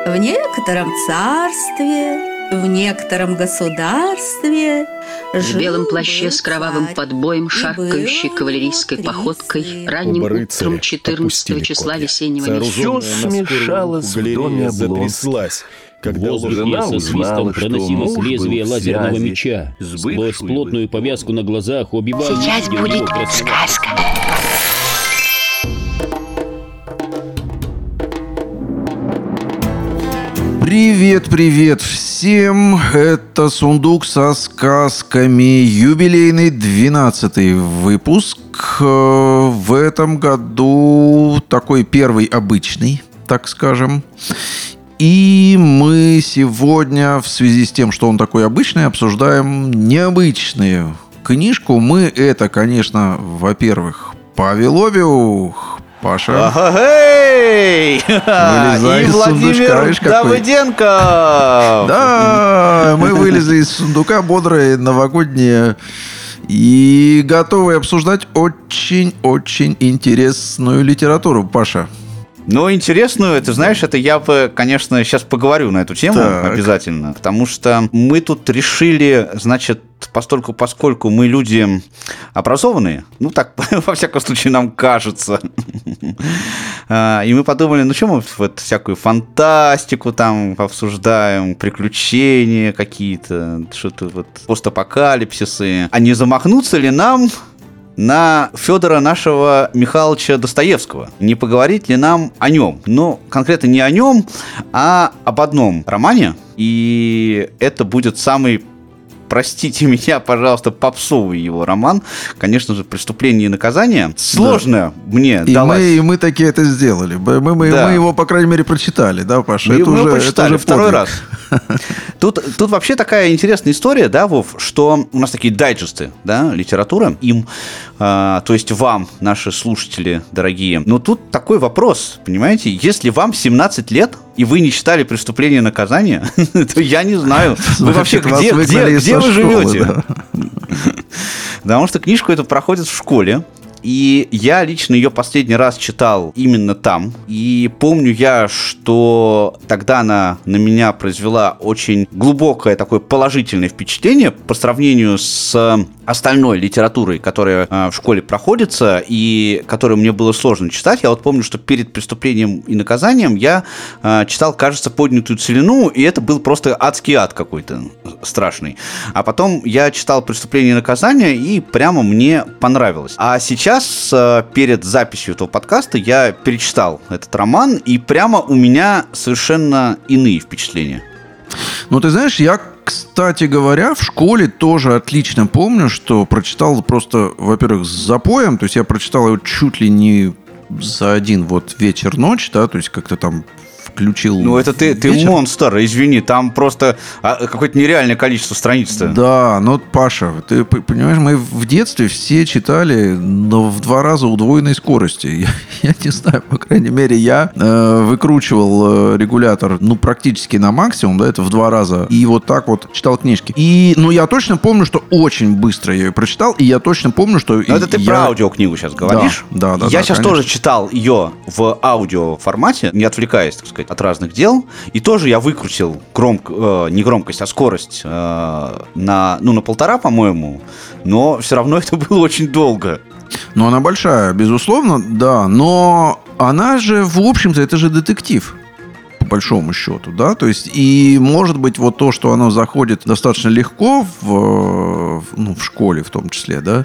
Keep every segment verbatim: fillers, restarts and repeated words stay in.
В некотором царстве, в некотором государстве В белом плаще с кровавым подбоем, шаркающей кавалерийской походкой, ранним утром четырнадцатого числа весеннего Все смешалось в доме Облонских. Когда жена со свистом проносилось лезвие лазерного меча, сквозь плотную повязку на глазах убивал. Сейчас будет сказка. Привет, привет всем! Это «Сундук со сказками», юбилейный двенадцатый выпуск. В этом году такой первый обычный, так скажем. И мы сегодня, в связи с тем, что он такой обычный, обсуждаем необычную книжку. Мы это, конечно, во-первых, Павел Паша. Эй! Вылезай И из Владимир сундучка, видишь, какой. Давыденко! Да, мы вылезли из сундука бодрые, новогодние и готовы обсуждать очень-очень интересную литературу, Паша. Ну, интересную, ты знаешь, это я бы, конечно, сейчас поговорю на эту тему так. обязательно, потому что мы тут решили, значит, постольку, поскольку мы люди образованные, ну, так, во всяком случае, нам кажется, и мы подумали, ну, что мы вот всякую фантастику там обсуждаем, приключения какие-то, что-то вот, постапокалипсисы, а не замахнуться ли нам на Федора нашего Михайловича Достоевского? Не поговорить ли нам о нем? Ну, конкретно не о нем, а об одном романе. И это будет самый, простите меня, пожалуйста, попсовый его роман. Конечно же, «Преступление и наказание». Сложно да. мне и далось. Мы, и мы таки это сделали. Мы, мы, да. мы его, по крайней мере, прочитали, да, Паша? Мы, это мы уже, прочитали это уже второй подвиг. раз. Тут, тут вообще такая интересная история, да, Вов, что у нас такие дайджесты, да, литературы, им, э, то есть вам, наши слушатели дорогие. Но тут такой вопрос, понимаете, если вам семнадцать лет, и вы не читали «Преступление и наказание», то я не знаю, вы вообще где, где, где вы живете? Потому что книжку эту проходит в школе. И я лично ее последний раз читал именно там. И помню я, что тогда она на меня произвела очень глубокое такое положительное впечатление по сравнению с остальной литературой, которая в школе проходится и которую мне было сложно читать. Я вот помню, что перед «Преступлением и наказанием» я читал, кажется, «Поднятую целину», и это был просто адский ад какой-то страшный. А потом я читал «Преступление и наказание», и прямо мне понравилось. А сейчас Сейчас, перед записью этого подкаста, я перечитал этот роман, и прямо у меня совершенно иные впечатления. Ну, ты знаешь, я, кстати говоря, в школе тоже отлично помню, что прочитал просто, во-первых, с запоем, то есть я прочитал его чуть ли не за один вот вечер-ночь, да, то есть как-то там включил. Ну, это ты, ты монстр, извини, там просто какое-то нереальное количество страниц-то. Да, ну, Паша, ты понимаешь, мы в детстве все читали, но в два раза удвоенной скорости. Я, я не знаю, по крайней мере, я э, выкручивал регулятор, ну, практически на максимум, да, это в два раза, и вот так вот читал книжки. И, ну, я точно помню, что очень быстро я ее прочитал, и я точно помню, что... Но это ты я... про аудиокнигу сейчас говоришь? Да, да, да. Я да, сейчас конечно. тоже читал ее в аудиоформате, не отвлекаясь, так сказать, от разных дел. И тоже я выкрутил громк... э, не громкость, а скорость э, на, ну, на полтора, по-моему. Но все равно это было очень долго. Ну, она большая, безусловно, да. Но она же, в общем-то, это же детектив. По большому счету, да, то есть, и может быть вот то, что оно заходит достаточно легко в, ну, в школе в том числе, да,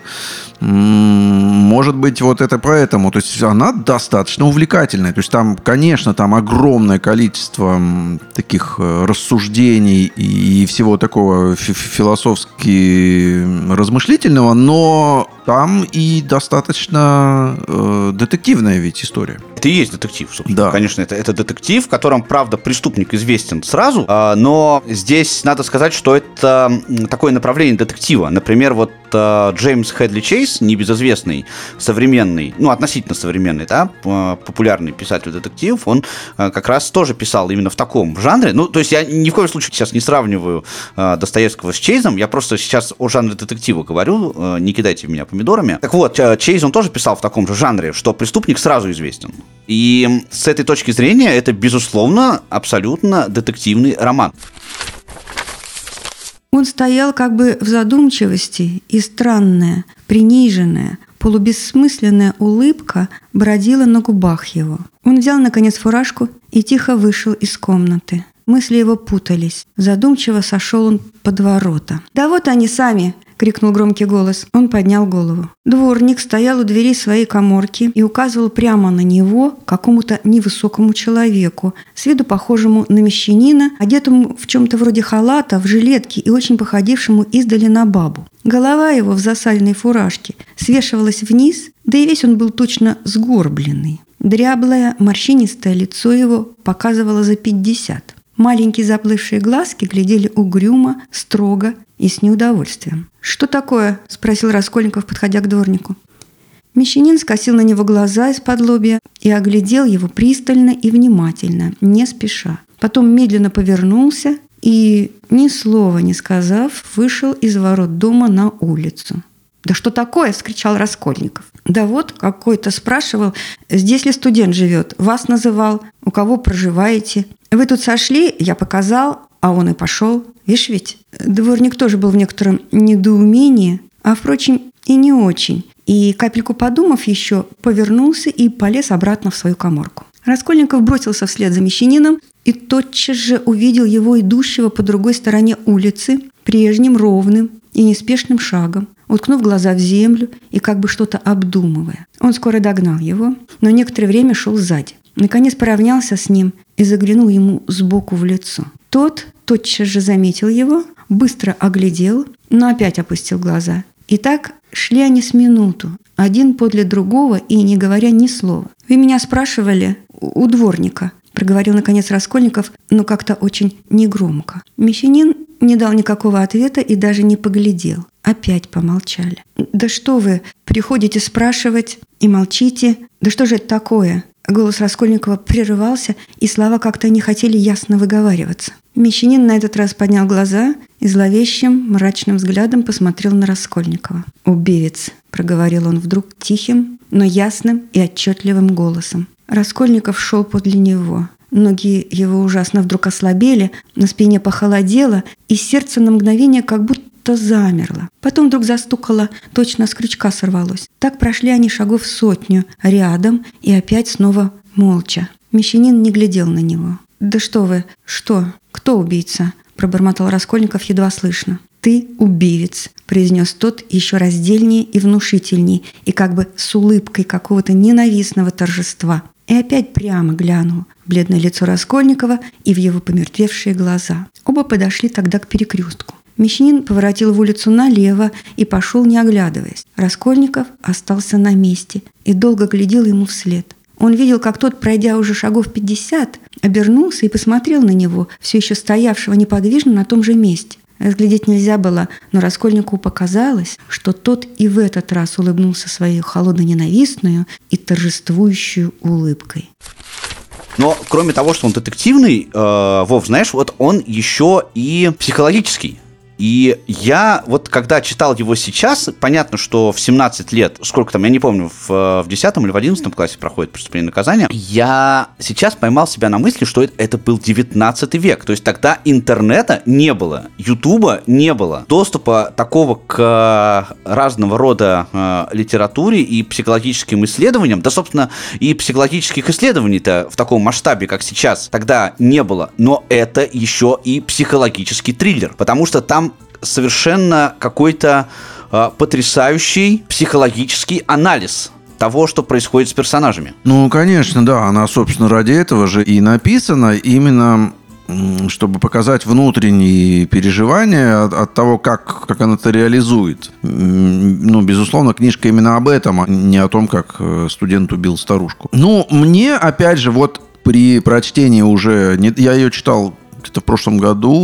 может быть вот это поэтому, то есть она достаточно увлекательная, то есть там, конечно, там огромное количество таких рассуждений и всего такого философски размышлительного, но там и достаточно э, детективная ведь история. Это и есть детектив, собственно. Да. Конечно, это, это детектив, в котором, правда, преступник известен сразу, э, но здесь надо сказать, что это такое направление детектива. Например, вот что Джеймс Хедли Чейз, небезызвестный, современный, ну, относительно современный, да, популярный писатель детективов, он как раз тоже писал именно в таком жанре. Ну, то есть я ни в коем случае сейчас не сравниваю Достоевского с Чейзом, я просто сейчас о жанре детектива говорю, не кидайте в меня помидорами. Так вот, Чейз, он тоже писал в таком же жанре, что преступник сразу известен. И с этой точки зрения это, безусловно, абсолютно детективный роман. Он стоял как бы в задумчивости, и странная, приниженная, полубессмысленная улыбка бродила на губах его. Он взял, наконец, фуражку и тихо вышел из комнаты. Мысли его путались. Задумчиво сошел он под ворота. «Да вот они сами!» — крикнул громкий голос. Он поднял голову. Дворник стоял у двери своей каморки и указывал прямо на него какому-то невысокому человеку, с виду похожему на мещанина, одетому в чем-то вроде халата, в жилетке и очень походившему издали на бабу. Голова его в засаленной фуражке свешивалась вниз, да и весь он был точно сгорбленный. Дряблое, морщинистое лицо его показывало за пятьдесят. Маленькие заплывшие глазки глядели угрюмо, строго и с неудовольствием. «Что такое?» – спросил Раскольников, подходя к дворнику. Мещанин скосил на него глаза из-под лобья и оглядел его пристально и внимательно, не спеша. Потом медленно повернулся и, ни слова не сказав, вышел из ворот дома на улицу. «Да что такое?» – вскричал Раскольников. «Да вот, какой-то спрашивал, здесь ли студент живет, вас называл, у кого проживаете. Вы тут сошли, я показал, а он и пошел. Видишь ведь?» Дворник тоже был в некотором недоумении, а, впрочем, и не очень. И, капельку подумав еще, повернулся и полез обратно в свою каморку. Раскольников бросился вслед за мещанином и тотчас же увидел его, идущего по другой стороне улицы, прежним ровным и неспешным шагом, уткнув глаза в землю и как бы что-то обдумывая. Он скоро догнал его, но некоторое время шел сзади. Наконец поравнялся с ним и заглянул ему сбоку в лицо. Тот тотчас же заметил его, быстро оглядел, но опять опустил глаза. И так шли они с минуту, один подле другого и не говоря ни слова. «Вы меня спрашивали у дворника», — проговорил наконец Раскольников, но как-то очень негромко. Мещанин не дал никакого ответа и даже не поглядел. Опять помолчали. «Да что вы, приходите спрашивать и молчите? Да что же это такое?» Голос Раскольникова прерывался, и слова как-то не хотели ясно выговариваться. Мещанин на этот раз поднял глаза и зловещим, мрачным взглядом посмотрел на Раскольникова. «Убивец», — проговорил он вдруг тихим, но ясным и отчетливым голосом. Раскольников шел подле него. Ноги его ужасно вдруг ослабели, на спине похолодело, и сердце на мгновение как будто замерло. Потом вдруг застукало, точно с крючка сорвалось. Так прошли они шагов сотню, рядом, и опять снова молча. Мещанин не глядел на него. «Да что вы? Что? Кто убийца?» – пробормотал Раскольников едва слышно. «Ты убивец», – произнес тот еще раздельнее и внушительней, и как бы с улыбкой какого-то ненавистного торжества. И опять прямо глянул в бледное лицо Раскольникова и в его помертвевшие глаза. Оба подошли тогда к перекрестку. Мещанин поворотил в улицу налево и пошел, не оглядываясь. Раскольников остался на месте и долго глядел ему вслед. Он видел, как тот, пройдя уже шагов пятьдесят, обернулся и посмотрел на него, все еще стоявшего неподвижно на том же месте. Разглядеть нельзя было, но Раскольникову показалось, что тот и в этот раз улыбнулся своей холодно-ненавистную и торжествующую улыбкой. Но кроме того, что он детективный, э, Вов, знаешь, вот он еще и психологический. И я вот когда читал его сейчас, понятно, что в семнадцать лет, сколько там, я не помню, в, в десятом или в одиннадцатом классе проходит «Преступление и наказание», я сейчас поймал себя на мысли, что это, это был девятнадцатый век. То есть тогда интернета не было, ютуба не было, доступа такого к разного рода э, литературе и психологическим исследованиям, да, собственно, и психологических исследований-то в таком масштабе, как сейчас, тогда не было. Но это еще и психологический триллер, потому что там совершенно какой-то э, потрясающий психологический анализ того, что происходит с персонажами. Ну, конечно, да. Она, собственно, ради этого же и написана, именно чтобы показать внутренние переживания от, от того, как, как она это реализует. Ну, безусловно, книжка именно об этом, а не о том, как студент убил старушку. Ну, мне, опять же, вот при прочтении уже... Я ее читал где-то в прошлом году,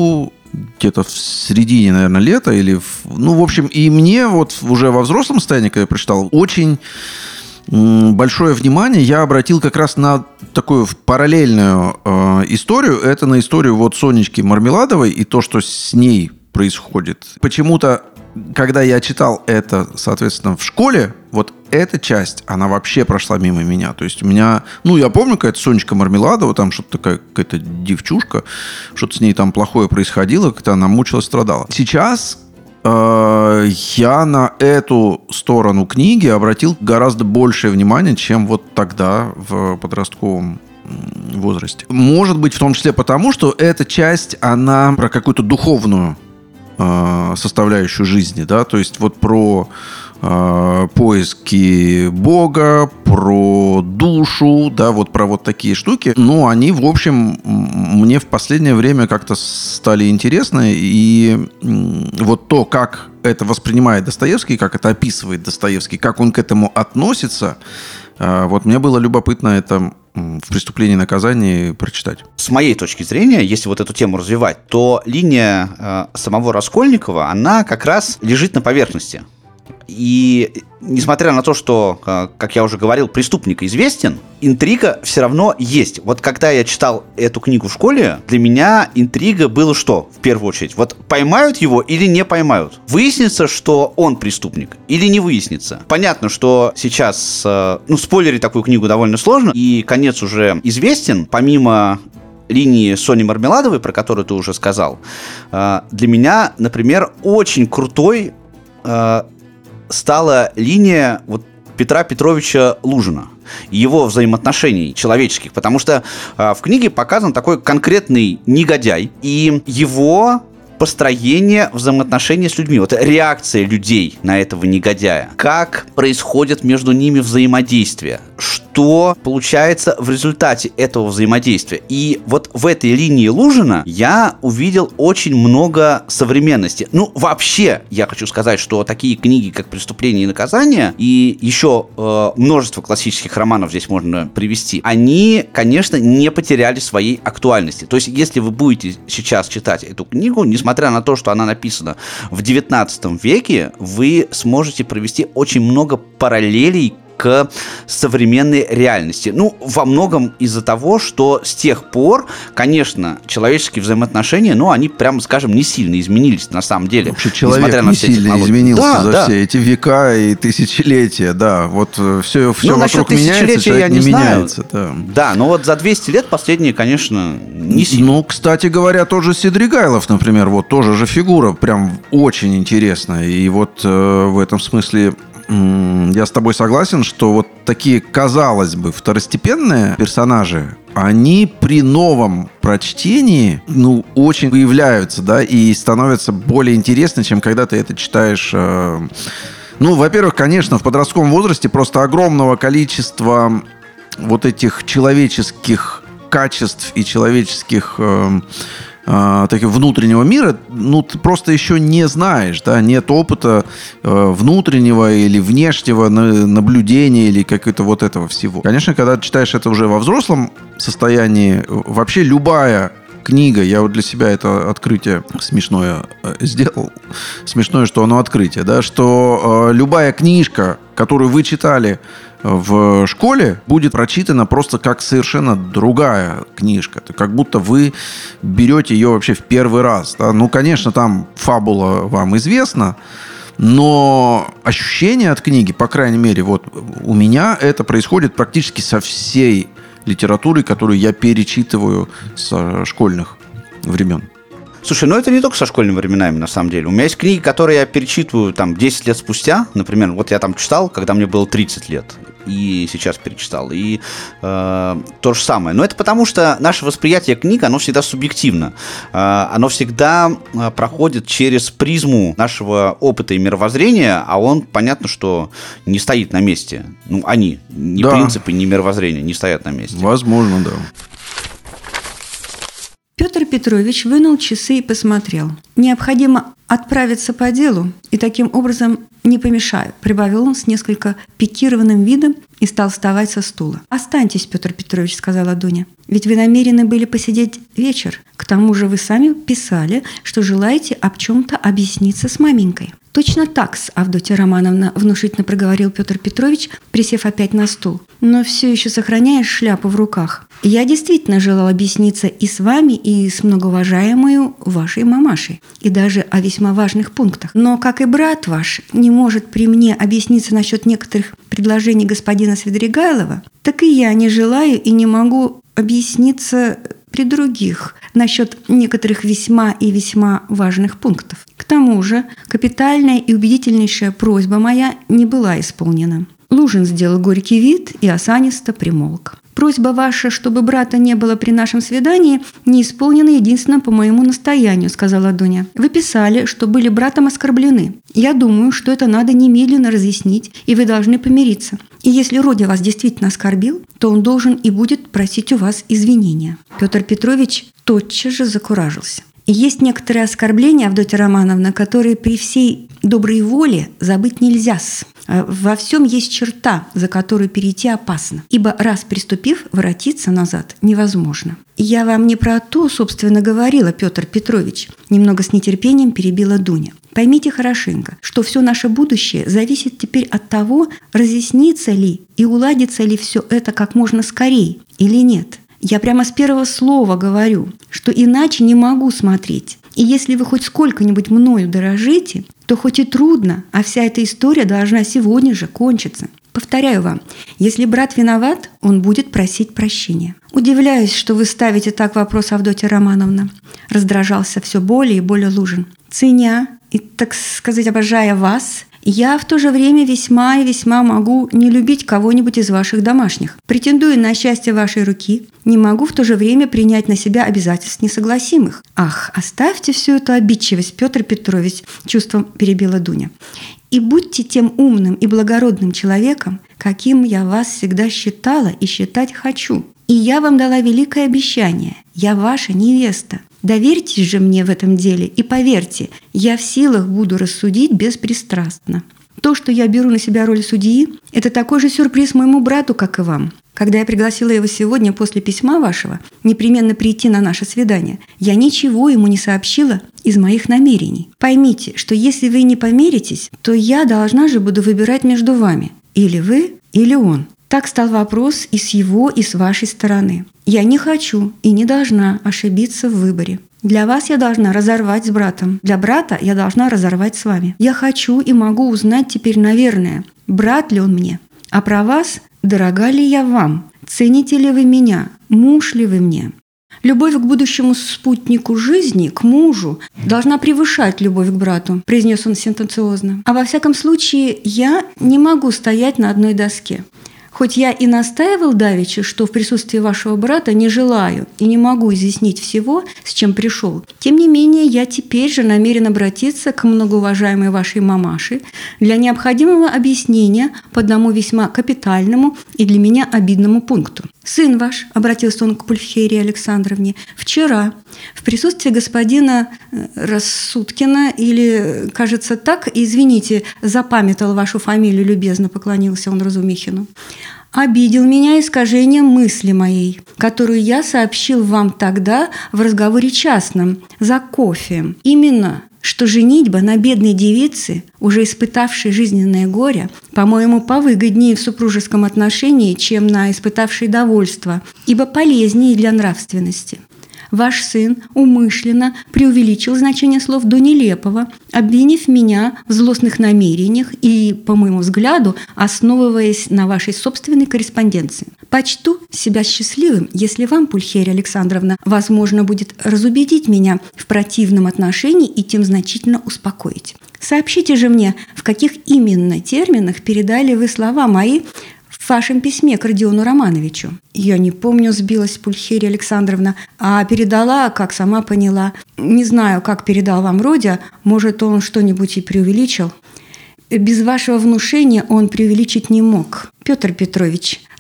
где-то в середине, наверное, лета. Или в... Ну, в общем, и мне вот уже во взрослом состоянии, когда я прочитал, очень большое внимание я обратил как раз на такую параллельную э, историю. Это на историю вот Сонечки Мармеладовой и то, что с ней происходит. Почему-то, когда я читал это, соответственно, в школе, вот эта часть, она вообще прошла мимо меня. То есть у меня, ну, я помню, какая-то Сонечка Мармеладова, там что-то такая, какая-то девчушка, что-то с ней там плохое происходило, как-то она мучилась, страдала. Сейчас э, я на эту сторону книги обратил гораздо большее внимание, чем вот тогда в подростковом возрасте. Может быть, в том числе потому, что эта часть, она про какую-то духовную э, составляющую жизни, да, то есть вот про э, поиски Бога, про душу, да, вот про вот такие штуки. Ну, они, в общем, мне в последнее время как-то стали интересны, и вот то, как это воспринимает Достоевский, как это описывает Достоевский, как он к этому относится, э, вот мне было любопытно это в «Преступлении и наказании» прочитать. С моей точки зрения, если вот эту тему развивать, то линия э, самого Раскольникова, она как раз лежит на поверхности. И несмотря на то, что, как я уже говорил, преступник известен, интрига все равно есть. Вот когда я читал эту книгу в школе, для меня интрига была что, в первую очередь? Вот поймают его или не поймают? Выяснится, что он преступник или не выяснится? Понятно, что сейчас, ну, спойлерить такую книгу довольно сложно, и конец уже известен. Помимо линии Сони Мармеладовой, про которую ты уже сказал, для меня, например, очень крутой стала линия вот Петра Петровича Лужина, его взаимоотношений человеческих, потому что э, в книге показан такой конкретный негодяй и его построение взаимоотношений с людьми, вот реакция людей на этого негодяя, как происходит между ними взаимодействие, что получается в результате этого взаимодействия. И вот в этой линии Лужина я увидел очень много современности. Ну, вообще, я хочу сказать, что такие книги, как «Преступление и наказание», и еще э, множество классических романов здесь можно привести, они, конечно, не потеряли своей актуальности. То есть, если вы будете сейчас читать эту книгу, несмотря Несмотря на то, что она написана в девятнадцатом веке, вы сможете провести очень много параллелей к современной реальности. Ну, во многом из-за того, что с тех пор, конечно, человеческие взаимоотношения, ну, они, прямо скажем, не сильно изменились на самом деле. Вообще человек не сильно технологии. изменился да, за да. все эти века и тысячелетия, да. Вот все, все ну, вокруг меняется, человек я не, не знаю. меняется. Да. да, но вот за двести лет последние, конечно, не сильно. Ну, кстати говоря, тоже Седригайлов, например, вот тоже же фигура прям очень интересная. И вот э, в этом смысле я с тобой согласен, что вот такие, казалось бы, второстепенные персонажи, они при новом прочтении, ну, очень выявляются, да, и становятся более интересны, чем когда ты это читаешь. Э... Ну, во-первых, конечно, в подростковом возрасте просто огромного количества вот этих человеческих качеств и человеческих... Э... такого внутреннего мира, ну, ты просто еще не знаешь, да, нет опыта э, внутреннего или внешнего наблюдения или какого-то вот этого всего. Конечно, когда ты читаешь это уже во взрослом состоянии, вообще любая книга, я вот для себя это открытие смешное сделал, смешное, что оно открытие, да, что э, любая книжка, которую вы читали в школе, будет прочитана просто как совершенно другая книжка. Это как будто вы берете ее вообще в первый раз. Да? Ну, конечно, там фабула вам известна, но ощущение от книги, по крайней мере, вот у меня это происходит практически со всей литературой, которую я перечитываю с школьных времен. Слушай, ну это не только со школьными временами, на самом деле. У меня есть книги, которые я перечитываю там десять лет спустя. Например, вот я там читал, когда мне было тридцать лет. И сейчас перечитал. И э, то же самое. Но это потому, что наше восприятие книг, оно всегда субъективно. Э, оно всегда э, проходит через призму нашего опыта и мировоззрения, а он, понятно, что не стоит на месте. Ну, они, ни да. принципы, ни мировоззрение не стоят на месте. Возможно, да. Петр Петрович вынул часы и посмотрел. Необходимо отправиться по делу и таким образом не помешаю», — прибавил он с несколько пикированным видом и стал вставать со стула. «Останьтесь, Петр Петрович», — сказала Дуня. «Ведь вы намерены были посидеть вечер. К тому же вы сами писали, что желаете об чем-то объясниться с маменькой». «Точно так-с, Авдотья Романовна», — внушительно проговорил Петр Петрович, присев опять на стул, но все еще сохраняя шляпу в руках. «Я действительно желал объясниться и с вами, и с многоуважаемой вашей мамашей, и даже о весьма важных пунктах. Но, как и брат ваш не может при мне объясниться насчет некоторых предложений господина Свидригайлова, так и я не желаю и не могу объясниться при других насчет некоторых весьма и весьма важных пунктов. К тому же капитальная и убедительнейшая просьба моя не была исполнена». Лужин сделал горький вид и осанисто примолк. «Просьба ваша, чтобы брата не было при нашем свидании, не исполнена единственно по моему настоянию», — сказала Дуня. «Вы писали, что были братом оскорблены. Я думаю, что это надо немедленно разъяснить, и вы должны помириться. И если Родя вас действительно оскорбил, то он должен и будет просить у вас извинения». Петр Петрович тотчас же закуражился. И есть некоторые оскорбления, Авдотья Романовна, которые при всей доброй воле забыть нельзя-с. Во всем есть черта, за которую перейти опасно. Ибо раз приступив, воротиться назад невозможно. «Я вам не про то, собственно, говорила, Петр Петрович», немного с нетерпением перебила Дуня. «Поймите хорошенько, что все наше будущее зависит теперь от того, разъяснится ли и уладится ли все это как можно скорее или нет. Я прямо с первого слова говорю, что иначе не могу смотреть. И если вы хоть сколько-нибудь мною дорожите, то хоть и трудно, а вся эта история должна сегодня же кончиться. Повторяю вам, если брат виноват, он будет просить прощения». «Удивляюсь, что вы ставите так вопрос, Авдотья Романовна», раздражался все более и более Лужин. «Ценя и, так сказать, обожая вас, я в то же время весьма и весьма могу не любить кого-нибудь из ваших домашних. Претендуя на счастье вашей руки, не могу в то же время принять на себя обязательств несогласимых». «Ах, оставьте всю эту обидчивость, Петр Петрович», чувством перебила Дуня. «И будьте тем умным и благородным человеком, каким я вас всегда считала и считать хочу. И я вам дала великое обещание. Я ваша невеста. Доверьтесь же мне в этом деле и поверьте, я в силах буду рассудить беспристрастно. То, что я беру на себя роль судьи, это такой же сюрприз моему брату, как и вам. Когда я пригласила его сегодня после письма вашего непременно прийти на наше свидание, я ничего ему не сообщила из моих намерений. Поймите, что если вы не помиритесь, то я должна же буду выбирать между вами. Или вы, или он. Так стал вопрос и с его, и с вашей стороны. Я не хочу и не должна ошибиться в выборе. Для вас я должна разорвать с братом. Для брата я должна разорвать с вами. Я хочу и могу узнать теперь, наверное, брат ли он мне. А про вас, дорога ли я вам? Цените ли вы меня? Муж ли вы мне? Любовь к будущему спутнику жизни, к мужу, должна превышать любовь к брату, произнес он сентенциозно. А во всяком случае, я не могу стоять на одной доске. Хоть я и настаивал давеча, что в присутствии вашего брата не желаю и не могу изъяснить всего, с чем пришел, тем не менее я теперь же намерен обратиться к многоуважаемой вашей мамаше для необходимого объяснения по одному весьма капитальному и для меня обидному пункту. Сын ваш, обратился он к Пульхерии Александровне, вчера в присутствии господина Рассудкина, или, кажется, так, извините, запамятовал вашу фамилию, любезно поклонился он Разумихину, обидел меня искажением мысли моей, которую я сообщил вам тогда в разговоре частном, за кофе. Именно, что женитьба на бедной девице, уже испытавшей жизненное горе, по-моему, повыгоднее в супружеском отношении, чем на испытавшей довольство, ибо полезнее для нравственности. Ваш сын умышленно преувеличил значение слов до нелепого, обвинив меня в злостных намерениях и, по моему взгляду, основываясь на вашей собственной корреспонденции. Почту себя счастливым, если вам, Пульхерия Александровна, возможно будет разубедить меня в противном отношении и тем значительно успокоить. Сообщите же мне, в каких именно терминах передали вы слова мои в вашем письме к Родиону Романовичу. Я не помню, сбилась Пульхерия Александровна, а передала, как сама поняла. Не знаю, как передал вам Родя, может, он что-нибудь и преувеличил. Без вашего внушения он преувеличить не мог. Петр Петрович,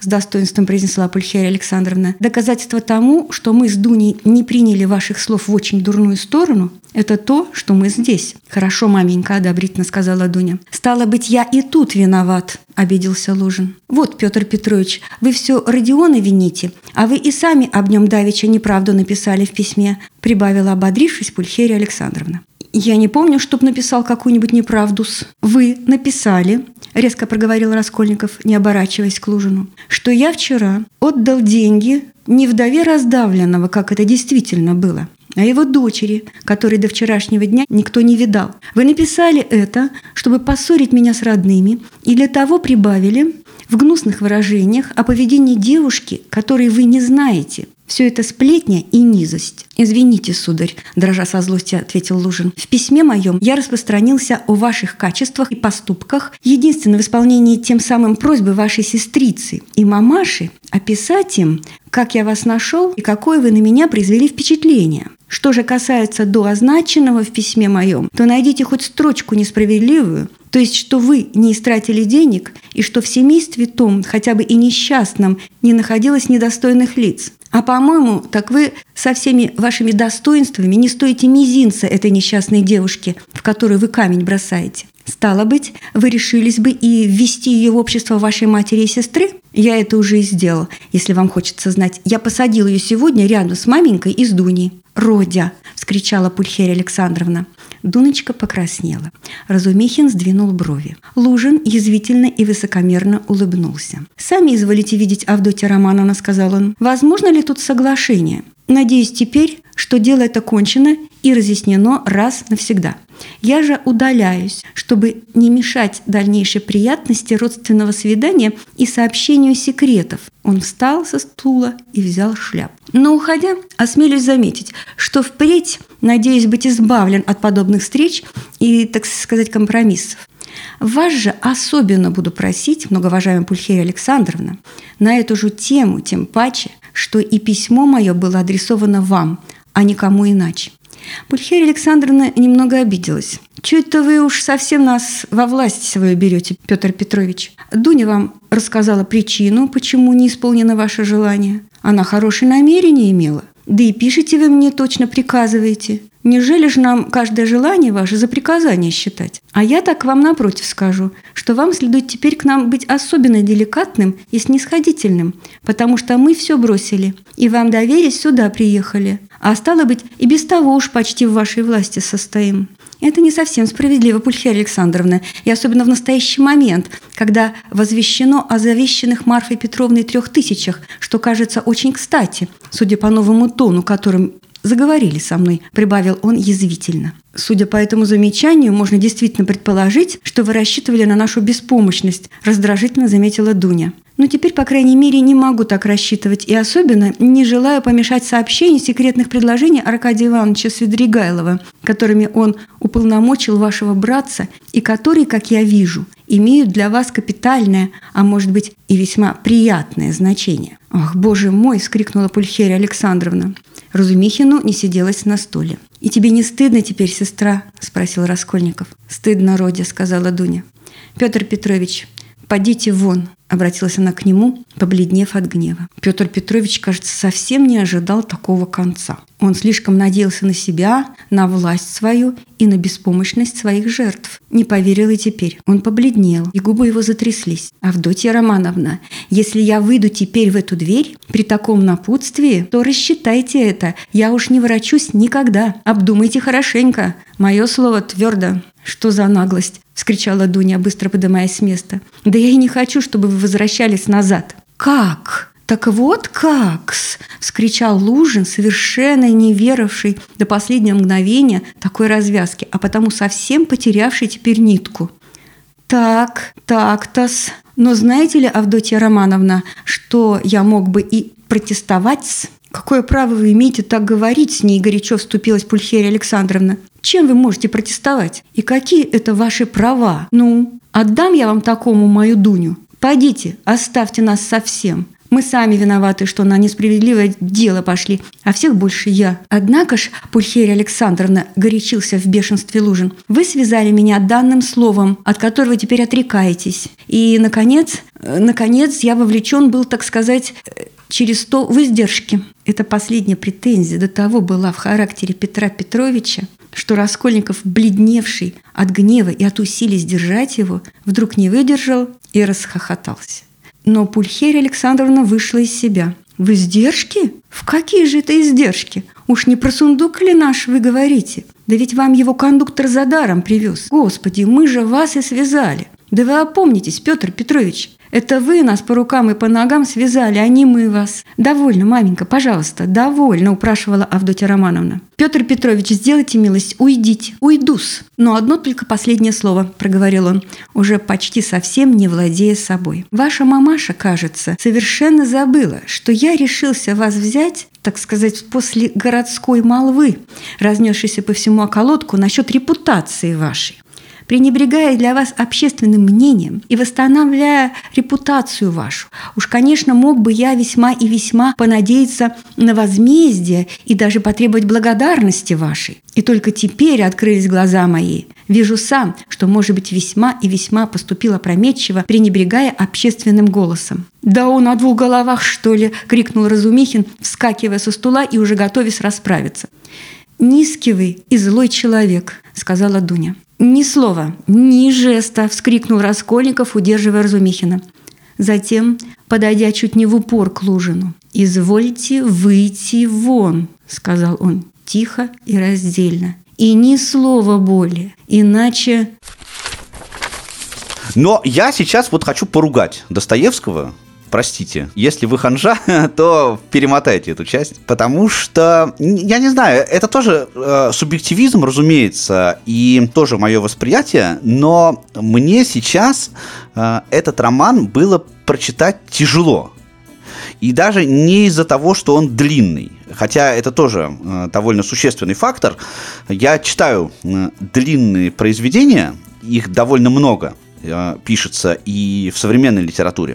с достоинством произнесла Пульхерия Александровна. «Доказательство тому, что мы с Дуней не приняли ваших слов в очень дурную сторону, это то, что мы здесь». «Хорошо, маменька», – одобрительно сказала Дуня. «Стало быть, я и тут виноват», – обиделся Лужин. «Вот, Петр Петрович, вы все Родиона вините, а вы и сами об нем давеча неправду написали в письме», – прибавила, ободрившись, Пульхерия Александровна. «Я не помню, чтоб написал какую-нибудь неправду-с». «Вы написали», – резко проговорил Раскольников, не оборачиваясь к Лужину, «что я вчера отдал деньги не вдове раздавленного, как это действительно было, а его дочери, которой до вчерашнего дня никто не видал. Вы написали это, чтобы поссорить меня с родными, и для того прибавили в гнусных выражениях о поведении девушки, которой вы не знаете. Все это сплетня и низость». «Извините, сударь», – дрожа со злости ответил Лужин. «В письме моем я распространился о ваших качествах и поступках, единственно в исполнении тем самым просьбы вашей сестрицы и мамаши описать им, как я вас нашел и какое вы на меня произвели впечатление. Что же касается до означенного в письме моем, то найдите хоть строчку несправедливую, то есть, что вы не истратили денег и что в семействе том, хотя бы и несчастном, не находилось недостойных лиц. А, по-моему, так вы со всеми вашими достоинствами не стоите мизинца этой несчастной девушки, в которую вы камень бросаете. Стало быть, вы решились бы и ввести ее в общество вашей матери и сестры? Я это уже и сделал, если вам хочется знать. Я посадил ее сегодня рядом с маменькой и с Дуней». «Родя!» – вскричала Пульхерия Александровна. Дуночка покраснела. Разумихин сдвинул брови. Лужин язвительно и высокомерно улыбнулся. «Сами изволите видеть, Авдотья Романовна», – сказал он. «Возможно ли тут соглашение? Надеюсь теперь, что дело это кончено и разъяснено раз навсегда. Я же удаляюсь, чтобы не мешать дальнейшей приятности родственного свидания и сообщению секретов». Он встал со стула и взял шляпу. «Но, уходя, осмелюсь заметить, что впредь надеюсь быть избавлен от подобных встреч и, так сказать, компромиссов. Вас же особенно буду просить, многоуважаемая Пульхерия Александровна, на эту же тему, тем паче, что и письмо мое было адресовано вам, а никому иначе». Пульхерия Александровна немного обиделась. «Чё это вы уж совсем нас во власть свою берете, Петр Петрович? Дуня вам рассказала причину, почему не исполнено ваше желание. Она хорошее намерение имела. Да и пишете вы мне, точно приказываете. Неужели же нам каждое желание ваше за приказание считать? А я так вам напротив скажу, что вам следует теперь к нам быть особенно деликатным и снисходительным, потому что мы все бросили, и вам доверясь сюда приехали. А стало быть, и без того уж почти в вашей власти состоим. Это не совсем справедливо, Пульхерия Александровна, и особенно в настоящий момент, когда возвещено о завещанных Марфой Петровной трех тысячах, что кажется очень кстати, судя по новому тону, которым заговорили со мной», – прибавил он язвительно. «Судя по этому замечанию, можно действительно предположить, что вы рассчитывали на нашу беспомощность», – раздражительно заметила Дуня. «Но теперь, по крайней мере, не могу так рассчитывать и особенно не желаю помешать сообщению секретных предложений Аркадия Ивановича Свидригайлова, которыми он уполномочил вашего братца и которые, как я вижу, имеют для вас капитальное, а может быть и весьма приятное значение». «Ах, боже мой!» – вскрикнула Пульхерия Александровна. Разумихину не сиделось на стуле. «И тебе не стыдно теперь, сестра?» – спросил Раскольников. «Стыдно, Родя», – сказала Дуня. «Петр Петрович, подите вон», – обратилась она к нему, побледнев от гнева. Петр Петрович, кажется, совсем не ожидал такого конца. Он слишком надеялся на себя, на власть свою и на беспомощность своих жертв. Не поверил и теперь. Он побледнел, и губы его затряслись. «Авдотья Романовна, если я выйду теперь в эту дверь при таком напутствии, то рассчитайте это. Я уж не ворочусь никогда. Обдумайте хорошенько. Мое слово твердо». «Что за наглость?» – вскричала Дуня, быстро поднимаясь с места. «Да я и не хочу, чтобы вы возвращались назад». «Как? Так вот как-с!» – вскричал Лужин, совершенно не веривший до последнего мгновения такой развязки, а потому совсем потерявший теперь нитку. «Так, так-то-с. Но знаете ли, Авдотья Романовна, что я мог бы и протестовать-с?» «Какое право вы имеете так говорить с ней?» – горячо вступилась Пульхерия Александровна. «Чем вы можете протестовать? И какие это ваши права? Ну, отдам я вам такому мою Дуню. Пойдите, оставьте нас совсем. Мы сами виноваты, что на несправедливое дело пошли, а всех больше я. Однако ж, Пульхерия Александровна, горячился в бешенстве Лужин, вы связали меня данным словом, от которого теперь отрекаетесь. И, наконец, наконец, я вовлечен был, так сказать, через то в издержки. Эта последняя претензия до того была в характере Петра Петровича, что Раскольников, бледневший от гнева и от усилий сдержать его, вдруг не выдержал и расхохотался. Но Пульхерия Александровна вышла из себя. «В издержки? В какие же это издержки? Уж не про сундук ли наш вы говорите? Да ведь вам его кондуктор за даром привез. Господи, мы же вас и связали. Да вы опомнитесь, Петр Петрович. Это вы нас по рукам и по ногам связали, а не мы вас. Довольно, маменька, пожалуйста, довольно, упрашивала Авдотья Романовна. Петр Петрович, сделайте милость, уйдите. Уйду-с. Но одно только последнее слово, проговорил он, уже почти совсем не владея собой. Ваша мамаша, кажется, совершенно забыла, что я решился вас взять, так сказать, после городской молвы, разнесшейся по всему околотку насчет репутации вашей. Пренебрегая для вас общественным мнением и восстанавливая репутацию вашу, уж, конечно, мог бы я весьма и весьма понадеяться на возмездие и даже потребовать благодарности вашей. И только теперь открылись глаза мои. Вижу сам, что, может быть, весьма и весьма поступил опрометчиво, пренебрегая общественным голосом. «Да он о двух головах, что ли?» – крикнул Разумихин, вскакивая со стула и уже готовясь расправиться. «Низкий вы и злой человек», – сказала Дуня. «Ни слова, ни жеста!» – вскрикнул Раскольников, удерживая Разумихина. Затем, подойдя чуть не в упор к Лужину, «Извольте выйти вон», – сказал он тихо и раздельно. «И ни слова более, иначе...» Но я сейчас вот хочу поругать Достоевского. Простите, если вы ханжа, то перемотайте эту часть, потому что, я не знаю, это тоже э, субъективизм, разумеется, и тоже мое восприятие, но мне сейчас э, этот роман было прочитать тяжело. И даже не из-за того, что он длинный, хотя это тоже э, довольно существенный фактор. Я читаю э, длинные произведения, их довольно много э, пишется и в современной литературе.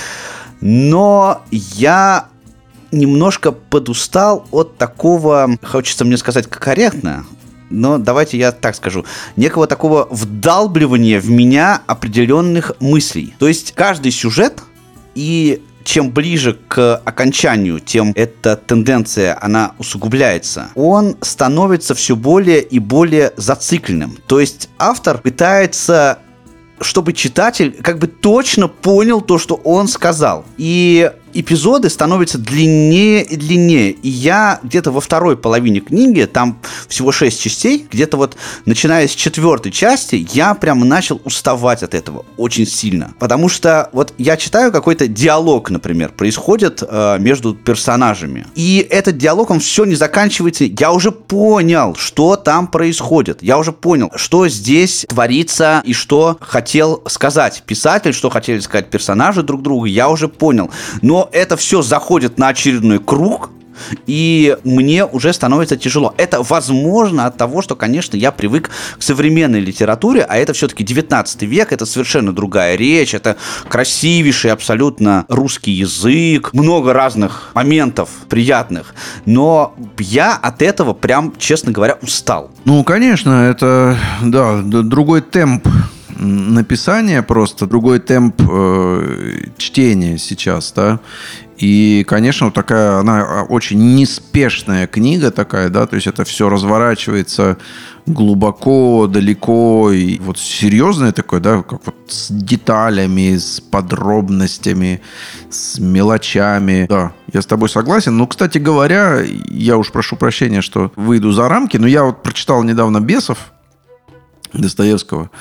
Но я немножко подустал от такого, хочется мне сказать корректно, но давайте я так скажу, некого такого вдалбливания в меня определенных мыслей. То есть каждый сюжет, и чем ближе к окончанию, тем эта тенденция, она усугубляется, он становится все более и более зацикленным. То есть автор пытается... чтобы читатель как бы точно понял то, что он сказал. И эпизоды становятся длиннее и длиннее. И я где-то во второй половине книги, там всего шесть частей, где-то вот начиная с четвертой части, я прям начал уставать от этого очень сильно. Потому что вот я читаю какой-то диалог, например, происходит э, между персонажами. И этот диалог, он все не заканчивается. Я уже понял, что там происходит. Я уже понял, что здесь творится и что хотел сказать писатель, что хотели сказать персонажи друг другу. Я уже понял. Но это все заходит на очередной круг, и мне уже становится тяжело. Это возможно от того, что, конечно, я привык к современной литературе, а это все-таки девятнадцатый век, это совершенно другая речь, это красивейший абсолютно русский язык, много разных моментов приятных, но я от этого прям, честно говоря, устал. Ну, конечно, это, да, другой темп написания, просто другой темп э, чтения сейчас, да. И, конечно, вот такая, она очень неспешная книга такая, да, то есть это все разворачивается глубоко, далеко, и вот серьезное такое, да, как вот с деталями, с подробностями, с мелочами. Да, я с тобой согласен. Ну, кстати говоря, я уж прошу прощения, что выйду за рамки, но я вот прочитал недавно «Бесов» Достоевского.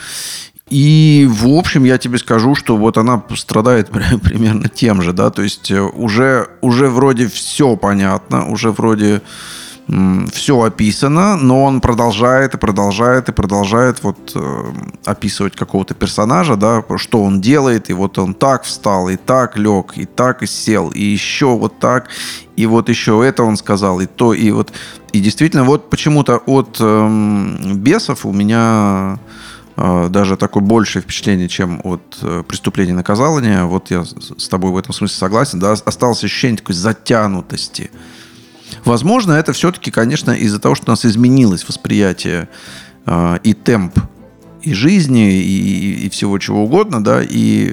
И, в общем, я тебе скажу, что вот она страдает примерно тем же, да, то есть уже, уже вроде все понятно, уже вроде м, все описано, но он продолжает и продолжает и продолжает вот э, описывать какого-то персонажа, да, что он делает, и вот он так встал, и так лег, и так и сел, и еще вот так, и вот еще это он сказал, и то, и вот, и действительно, вот почему-то от э, «Бесов» у меня... даже такое большее впечатление, чем от «Преступления и наказания». Вот я с тобой в этом смысле согласен. Да, осталось ощущение такой затянутости. Возможно, это все-таки, конечно, из-за того, что у нас изменилось восприятие и темп и жизни, и, и всего чего угодно, да, и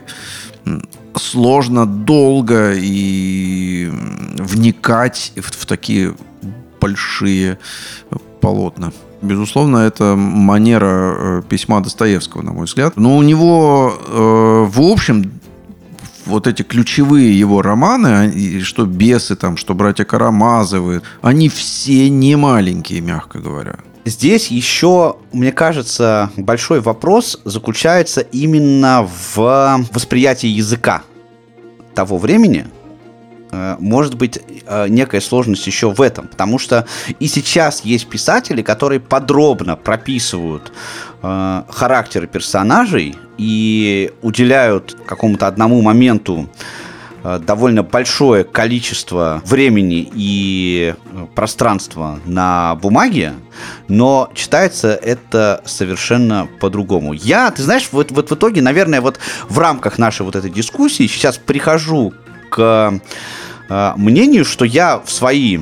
сложно долго и вникать в, в такие большие полотна. Безусловно, это манера письма Достоевского, на мой взгляд. Но у него, э, в общем, вот эти ключевые его романы, что «Бесы», там, что «Братья Карамазовы», они все не маленькие, мягко говоря. Здесь еще, мне кажется, большой вопрос заключается именно в восприятии языка того времени. Может быть, некая сложность еще в этом, потому что и сейчас есть писатели, которые подробно прописывают э, характеры персонажей и уделяют какому-то одному моменту э, довольно большое количество времени и пространства на бумаге, но читается это совершенно по-другому. Я, ты знаешь, вот, вот в итоге, наверное, вот в рамках нашей вот этой дискуссии сейчас прихожу к э, мнению, что я в свои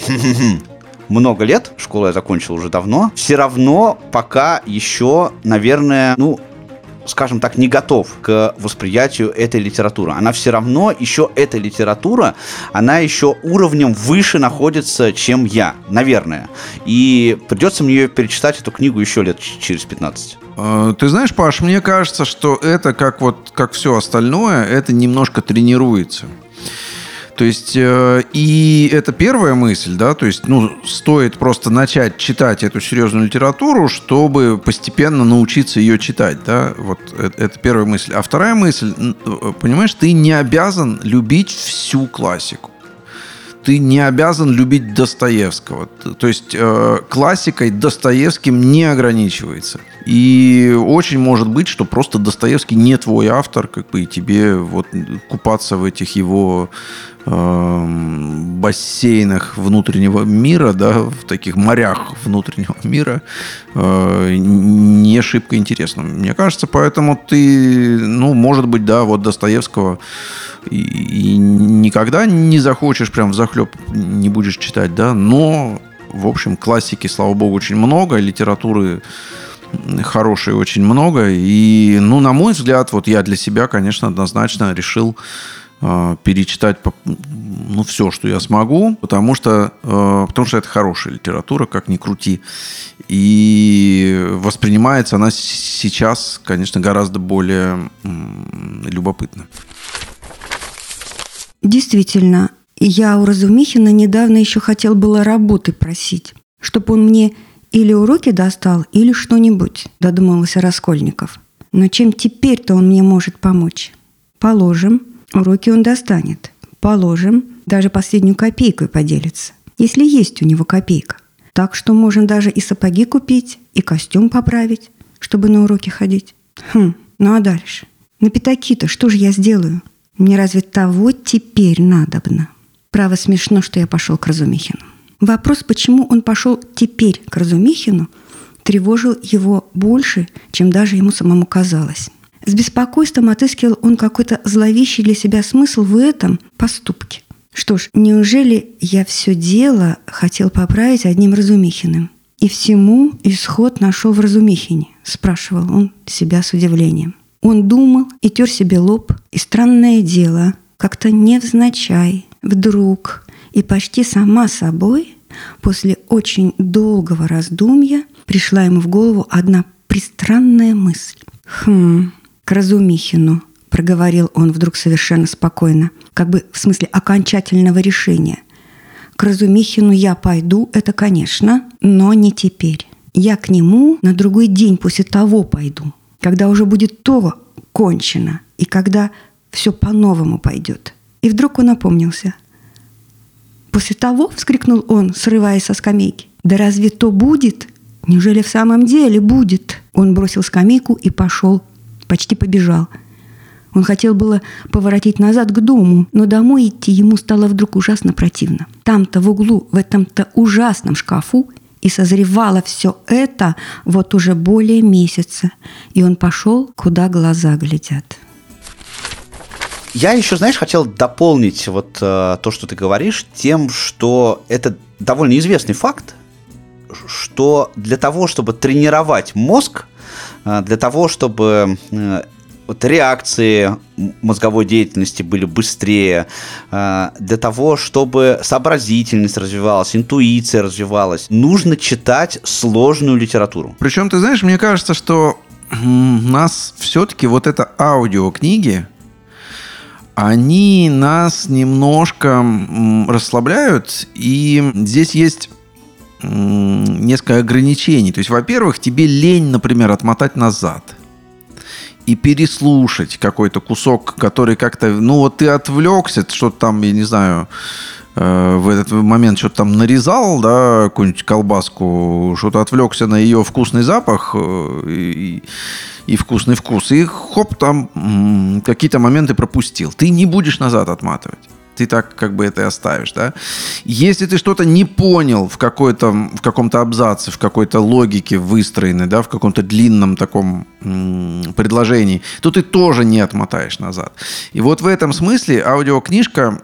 много лет, школу я закончил уже давно, все равно пока еще, наверное, ну, скажем так, не готов к восприятию этой литературы. Она все равно еще, эта литература, она еще уровнем выше находится, чем я, наверное. И придется мне ее перечитать, эту книгу, еще лет через пятнадцать. Ты знаешь, Паш, мне кажется, что это, как вот, как все остальное, это немножко тренируется. То есть, э, и это первая мысль, да, то есть, ну, стоит просто начать читать эту серьезную литературу, чтобы постепенно научиться ее читать, да, вот это, это первая мысль. А вторая мысль, понимаешь, ты не обязан любить всю классику. Ты не обязан любить Достоевского. То есть э, классикой Достоевским не ограничивается. И очень может быть, что просто Достоевский не твой автор, как бы, и тебе вот купаться в этих его э, бассейнах внутреннего мира, да, в таких морях внутреннего мира э, не шибко интересно. Мне кажется, поэтому ты, ну, может быть, да, вот Достоевского и, и никогда не захочешь, прям взахлеб не будешь читать, да, но, в общем, классики, слава богу, очень много, литературы хорошей очень много, и, ну, на мой взгляд, вот я для себя, конечно, однозначно решил э, перечитать, ну, все, что я смогу, потому что, э, потому что это хорошая литература, как ни крути, и воспринимается она сейчас, конечно, гораздо более э, любопытно. Действительно, я у Разумихина недавно еще хотел было работы просить, чтобы он мне или уроки достал, или что-нибудь, додумался Раскольников. Но чем теперь-то он мне может помочь? Положим, уроки он достанет. Положим, даже последнюю копейку поделится, если есть у него копейка. Так что можно даже и сапоги купить, и костюм поправить, чтобы на уроки ходить. Хм, ну а дальше? На пятаки-то что же я сделаю? Мне разве того теперь надобно? Право, смешно, что я пошел к Разумихину. Вопрос, почему он пошел теперь к Разумихину, тревожил его больше, чем даже ему самому казалось. С беспокойством отыскивал он какой-то зловещий для себя смысл в этом поступке. Что ж, неужели я все дело хотел поправить одним Разумихиным? И всему исход нашел в Разумихине, спрашивал он себя с удивлением. Он думал и тер себе лоб, и странное дело, как-то невзначай, вдруг и почти сама собой, после очень долгого раздумья, пришла ему в голову одна пристранная мысль. «Хм, к Разумихину», — проговорил он вдруг совершенно спокойно, как бы в смысле окончательного решения. «К Разумихину я пойду, это, конечно, но не теперь. Я к нему на другой день после того пойду, когда уже будет то кончено, и когда все по-новому пойдет». И вдруг он опомнился. «После того?» — вскрикнул он, срываясь со скамейки. «Да разве то будет? Неужели в самом деле будет?» Он бросил скамейку и пошел, почти побежал. Он хотел было поворотить назад к дому, но домой идти ему стало вдруг ужасно противно. Там-то в углу, в этом-то ужасном шкафу, И созревало все это вот уже более месяца. И он пошел, куда глаза глядят. Я еще, знаешь, хотел дополнить вот э, то, что ты говоришь, тем, что это довольно известный факт, что для того, чтобы тренировать мозг, э, для того, чтобы э, вот реакции мозговой деятельности были быстрее, э, для того, чтобы сообразительность развивалась, интуиция развивалась, нужно читать сложную литературу. Причем, ты знаешь, мне кажется, что у нас все-таки вот это аудиокниги, они нас немножко расслабляют, и здесь есть несколько ограничений. То есть, во-первых, тебе лень, например, отмотать назад и переслушать какой-то кусок, который как-то... Ну, вот ты отвлекся, что-то там, я не знаю, в этот момент что-то там нарезал, да, какую-нибудь колбаску, что-то отвлекся на ее вкусный запах и, и вкусный вкус, и хоп, там м- какие-то моменты пропустил. Ты не будешь назад отматывать. Ты так как бы это и оставишь, да? Если ты что-то не понял в, какой-то, в каком-то абзаце, в какой-то логике выстроенной, да, в каком-то длинном таком м- предложении, то ты тоже не отмотаешь назад. И вот в этом смысле аудиокнижка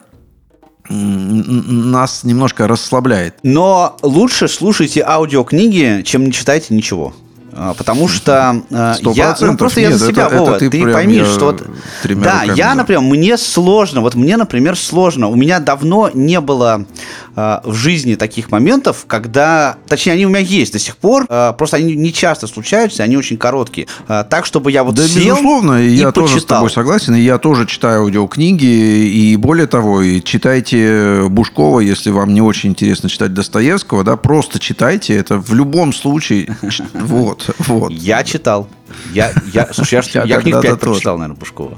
нас немножко расслабляет. Но лучше слушайте аудиокниги, чем не читайте ничего. Потому что я, ну, просто я за себя, это, Вова, это ты, ты пойми, что вот, да, я, за. например, мне сложно, вот мне, например, сложно, у меня давно не было э, в жизни таких моментов, когда, точнее, они у меня есть до сих пор, э, просто они не часто случаются, они очень короткие, э, так, чтобы я вот да, сел безусловно, и я почитал. Тоже с тобой согласен, и я тоже читаю аудиокниги, и более того, и читайте Бушкова, если вам не очень интересно читать Достоевского, да, просто читайте, это в любом случае, вот. Вот. Я читал. Я, я, слушай, я, я книг пять прочитал, наверное, Бушкова.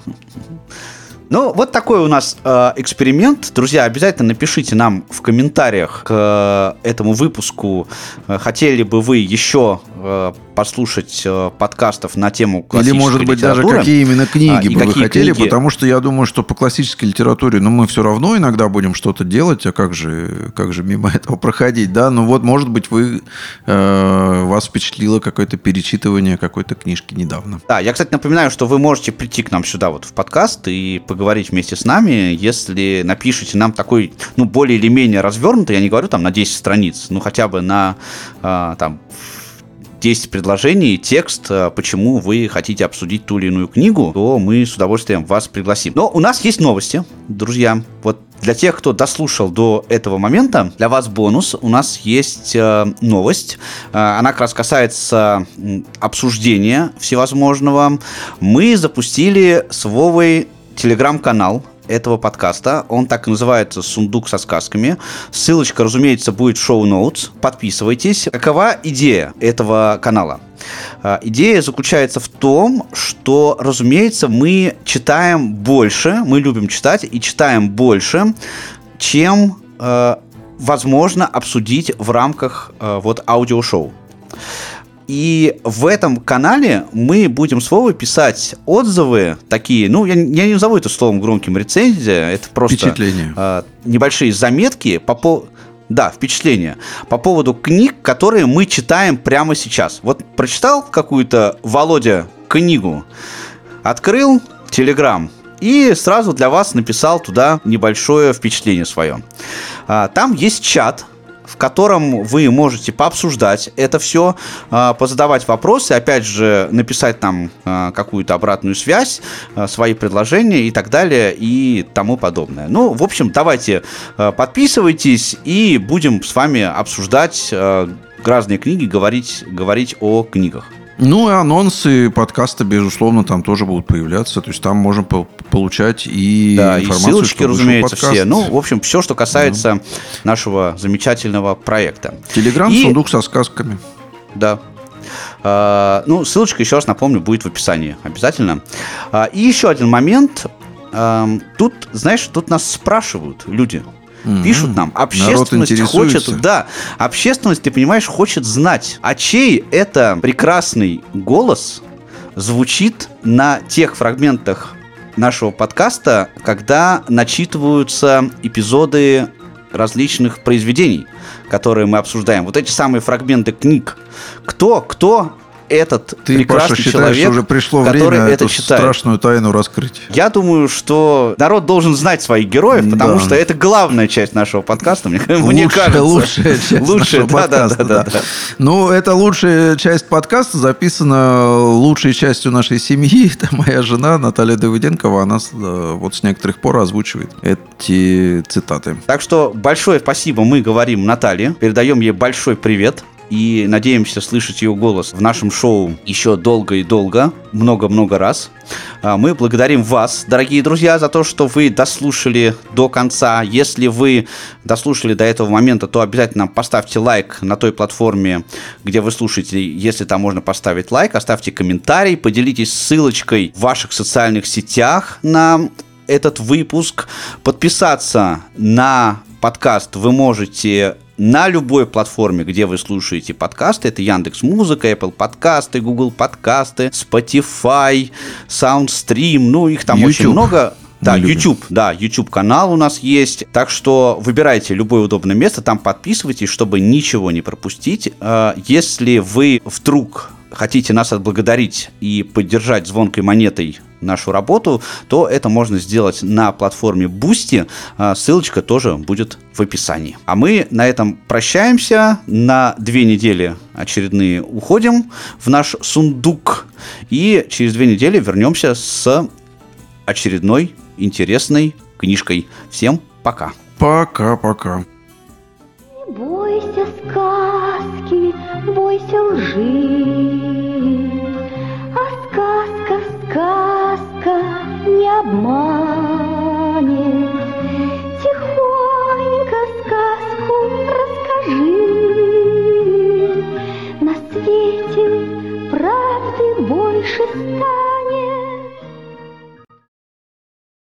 Ну, вот такой у нас э, эксперимент. Друзья, обязательно напишите нам в комментариях к э, этому выпуску, э, хотели бы вы еще э, послушать э, подкастов на тему классической литературы. Или, может быть, литературы. Даже какие именно книги а, бы вы хотели, книги... потому что я думаю, что по классической литературе, ну, мы все равно иногда будем что-то делать, а как же, как же мимо этого проходить, да? Ну, вот, может быть, вы, э, вас впечатлило какое-то перечитывание какой-то книжки недавно. Да, я, кстати, напоминаю, что вы можете прийти к нам сюда вот в подкаст и поговорить вместе с нами, если напишите нам такой, ну, более или менее развернутый, я не говорю там на десять страниц, ну, хотя бы на э, там десять предложений, текст, почему вы хотите обсудить ту или иную книгу, то мы с удовольствием вас пригласим. Но у нас есть новости, друзья. Вот для тех, кто дослушал до этого момента, для вас бонус. У нас есть э, новость. Э, она как раз касается обсуждения всевозможного. Мы запустили с Вовой телеграм-канал этого подкаста. Он так и называется «Сундук со сказками». Ссылочка, разумеется, будет в шоу-ноутс. Подписывайтесь. Какова идея этого канала? Идея заключается в том, что, разумеется, мы читаем больше, мы любим читать и читаем больше, чем э, возможно обсудить в рамках э, вот аудиошоу. И в этом канале мы будем с Вовой писать отзывы такие, ну, я, я не назову это словом громким рецензия, это просто э, небольшие заметки по поводу... Да, впечатления по поводу книг, которые мы читаем прямо сейчас. Вот прочитал какую-то, Володя, книгу, открыл Телеграм и сразу для вас написал туда небольшое впечатление свое. А, там есть чат, в котором вы можете пообсуждать это все, позадавать вопросы, опять же, написать нам какую-то обратную связь, свои предложения и так далее и тому подобное. Ну, в общем, давайте подписывайтесь и будем с вами обсуждать разные книги, говорить, говорить о книгах. Ну, и анонсы подкаста, безусловно, там тоже будут появляться. То есть там можно по- получать и да, информацию, и ссылочки, разумеется, подкаст. все. Ну, в общем, все, что касается да. нашего замечательного проекта. Телеграм, и... сундук со сказками. Да. А, ну, ссылочка, еще раз напомню, будет в описании обязательно. А, и еще один момент. А, тут, знаешь, тут нас спрашивают люди. Пишут нам, общественность хочет, да, общественность, ты понимаешь, хочет знать, а чей это прекрасный голос звучит на тех фрагментах нашего подкаста, когда начитываются эпизоды различных произведений, которые мы обсуждаем. Вот эти самые фрагменты книг. Кто, кто этот Ты, прекрасный Паша, считаешь, человек, что уже пришло который время это эту читает? страшную тайну раскрыть? Я думаю, что народ должен знать своих героев, потому Да. что это главная часть нашего подкаста, мне, мне Лучшая, кажется. лучшая часть Лучшая, нашего да, да, подкаста, да, да. да, да. Ну, это лучшая часть подкаста, записана лучшей частью нашей семьи. Это моя жена Наталья Давыденкова. Она э, вот с некоторых пор озвучивает эти цитаты. Так что большое спасибо мы говорим Наталье, передаем ей большой привет. И надеемся слышать ее голос в нашем шоу еще долго и долго, много-много раз. Мы благодарим вас, дорогие друзья, за то, что вы дослушали до конца. Если вы дослушали до этого момента, то обязательно поставьте лайк на той платформе, где вы слушаете. Если там можно поставить лайк, оставьте комментарий, поделитесь ссылочкой в ваших социальных сетях на этот выпуск. Подписаться на подкаст вы можете на любой платформе, где вы слушаете подкасты. Это Яндекс.Музыка, Apple подкасты, Google подкасты, Spotify, Soundstream. Ну, их там YouTube. очень много. Да, Мы YouTube, да, YouTube-канал у нас есть. Так что выбирайте любое удобное место, там подписывайтесь, чтобы ничего не пропустить. Если вы вдруг хотите нас отблагодарить и поддержать звонкой монетой нашу работу, то это можно сделать на платформе Boosty. Ссылочка тоже будет в описании. А мы на этом прощаемся. На две недели очередные уходим в наш сундук. И через две недели вернемся с очередной интересной книжкой. Всем пока. Пока-пока. Не бойся сказки, бойся лжи, а сказка, сказка не обманет.